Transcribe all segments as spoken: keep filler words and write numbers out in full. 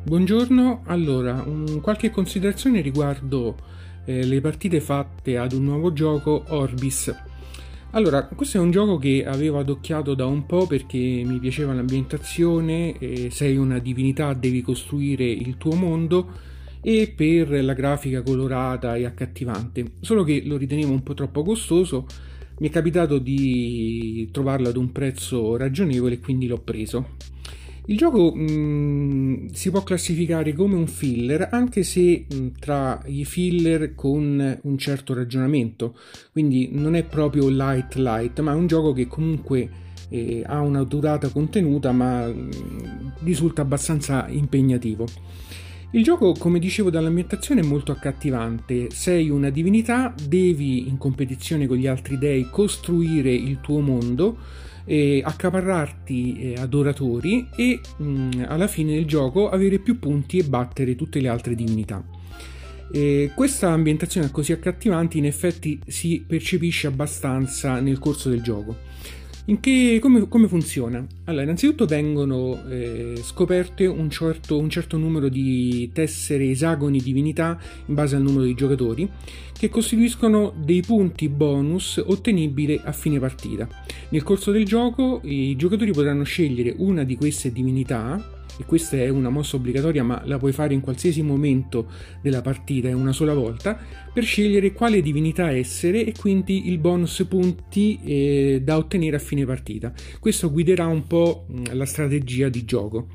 Buongiorno, allora, un- qualche considerazione riguardo eh, le partite fatte ad un nuovo gioco, Orbis. Allora, questo è un gioco che avevo adocchiato da un po' perché mi piaceva l'ambientazione, eh, sei una divinità, devi costruire il tuo mondo e per la grafica colorata e accattivante. Solo che lo ritenevo un po' troppo costoso, mi è capitato di trovarlo ad un prezzo ragionevole e quindi l'ho preso. Il gioco mh, si può classificare come un filler, anche se mh, tra i filler con un certo ragionamento, quindi non è proprio light light, ma è un gioco che comunque eh, ha una durata contenuta, ma mh, risulta abbastanza impegnativo. Il gioco, come dicevo, dall'ambientazione è molto accattivante. Sei una divinità, devi in competizione con gli altri dei costruire il tuo mondo, eh, accaparrarti eh, adoratori e mh, alla fine del gioco avere più punti e battere tutte le altre divinità. Eh, questa ambientazione così accattivante in effetti si percepisce abbastanza nel corso del gioco. In che, come, come funziona? Allora, innanzitutto vengono eh, scoperte un certo, un certo numero di tessere esagoni divinità in base al numero di giocatori che costituiscono dei punti bonus ottenibili a fine partita. Nel corso del gioco i giocatori potranno scegliere una di queste divinità, e questa è una mossa obbligatoria ma la puoi fare in qualsiasi momento della partita, è una sola volta, per scegliere quale divinità essere e quindi il bonus punti eh, da ottenere a fine partita. Questo guiderà un po' mh, la strategia di gioco.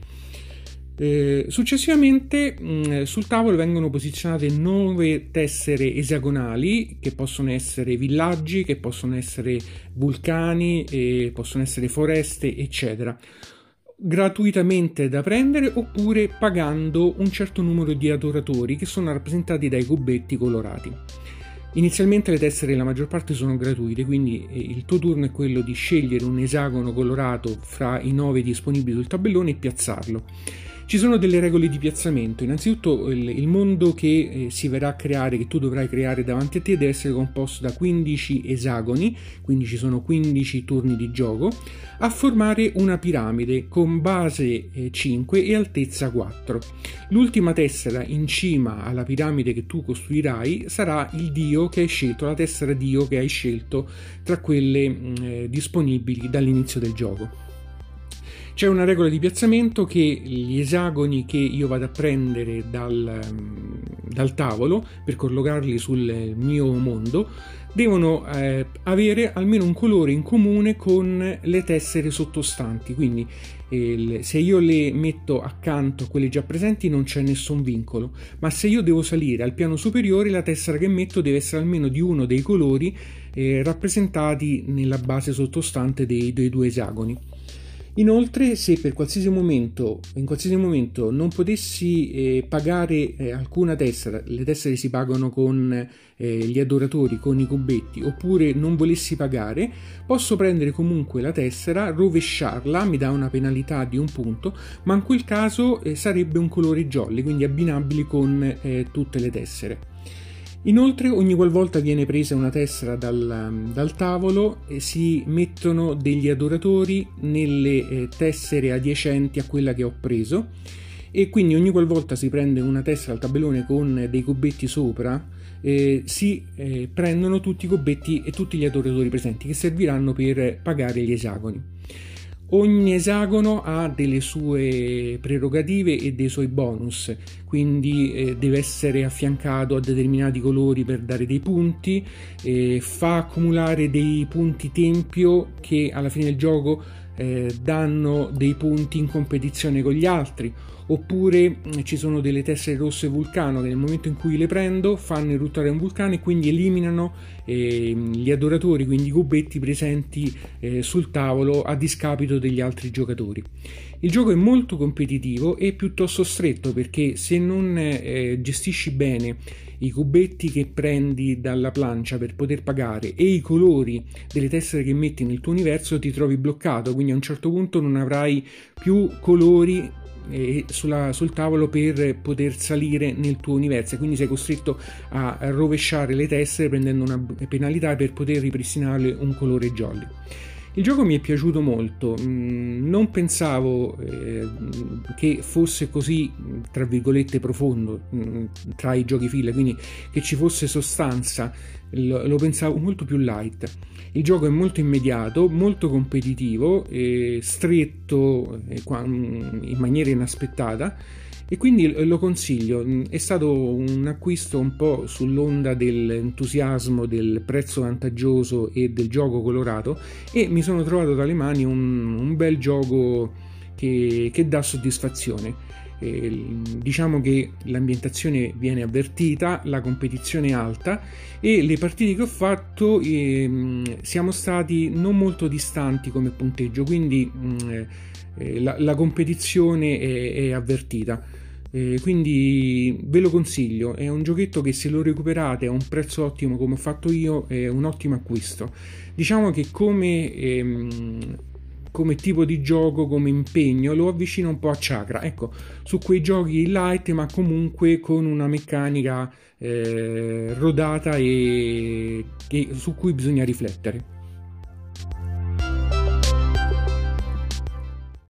Eh, successivamente mh, sul tavolo vengono posizionate nove tessere esagonali che possono essere villaggi, che possono essere vulcani, eh, possono essere foreste, eccetera, gratuitamente da prendere oppure pagando un certo numero di adoratori che sono rappresentati dai cubetti colorati. Inizialmente le tessere la maggior parte sono gratuite, quindi il tuo turno è quello di scegliere un esagono colorato fra i nove disponibili sul tabellone e piazzarlo. Ci sono delle regole di piazzamento. Innanzitutto il, il mondo che eh, si verrà a creare, che tu dovrai creare davanti a te, deve essere composto da quindici esagoni, quindi ci sono quindici turni di gioco, a formare una piramide con base eh, cinque e altezza quattro. L'ultima tessera in cima alla piramide che tu costruirai sarà il dio che hai scelto, la tessera dio che hai scelto tra quelle mh, eh, disponibili dall'inizio del gioco. C'è una regola di piazzamento che gli esagoni che io vado a prendere dal, dal tavolo per collocarli sul mio mondo devono eh, avere almeno un colore in comune con le tessere sottostanti, quindi eh, se io le metto accanto a quelle già presenti non c'è nessun vincolo, ma se io devo salire al piano superiore la tessera che metto deve essere almeno di uno dei colori eh, rappresentati nella base sottostante dei, dei due esagoni. Inoltre, se per qualsiasi momento, in qualsiasi momento non potessi eh, pagare eh, alcuna tessera, le tessere si pagano con eh, gli adoratori, con i cubetti, oppure non volessi pagare, posso prendere comunque la tessera, rovesciarla, mi dà una penalità di un punto, ma in quel caso eh, sarebbe un colore jolly, quindi abbinabili con eh, tutte le tessere. Inoltre, ogni qualvolta viene presa una tessera dal, dal tavolo, eh, si mettono degli adoratori nelle eh, tessere adiacenti a quella che ho preso, e quindi ogni qualvolta si prende una tessera al tabellone con dei cubetti sopra, eh, si eh, prendono tutti i cubetti e tutti gli adoratori presenti che serviranno per pagare gli esagoni. Ogni esagono ha delle sue prerogative e dei suoi bonus, quindi eh, deve essere affiancato a determinati colori per dare dei punti, eh, fa accumulare dei punti tempio che alla fine del gioco eh, danno dei punti in competizione con gli altri, oppure mh, ci sono delle tessere rosse vulcano che nel momento in cui le prendo fanno eruttare un vulcano e quindi eliminano eh, gli adoratori, quindi i cubetti presenti eh, sul tavolo a discapito degli altri giocatori. Il gioco è molto competitivo e piuttosto stretto, perché se non eh, gestisci bene i cubetti che prendi dalla plancia per poter pagare e i colori delle tessere che metti nel tuo universo, ti trovi bloccato, quindi a un certo punto non avrai più colori eh, sulla, sul tavolo per poter salire nel tuo universo, quindi sei costretto a rovesciare le tessere prendendo una penalità per poter ripristinare un colore jolly. Il gioco mi è piaciuto molto, non pensavo eh, che fosse così, tra virgolette, profondo tra i giochi fila, quindi che ci fosse sostanza, lo pensavo molto più light. Il gioco è molto immediato, molto competitivo, eh, stretto eh, in maniera inaspettata, e quindi lo consiglio. È stato un acquisto un po' sull'onda dell'entusiasmo, del prezzo vantaggioso e del gioco colorato, e mi sono trovato tra le mani un, un bel gioco che, che dà soddisfazione. Eh, diciamo che l'ambientazione viene avvertita, la competizione è alta e le partite che ho fatto eh, siamo stati non molto distanti come punteggio, quindi eh, la, la competizione è, è avvertita. Eh, quindi ve lo consiglio, è un giochetto che se lo recuperate a un prezzo ottimo come ho fatto io è un ottimo acquisto. Diciamo che come, ehm, come tipo di gioco, come impegno lo avvicina un po' a Chakra, ecco, su quei giochi light ma comunque con una meccanica eh, rodata e, e su cui bisogna riflettere.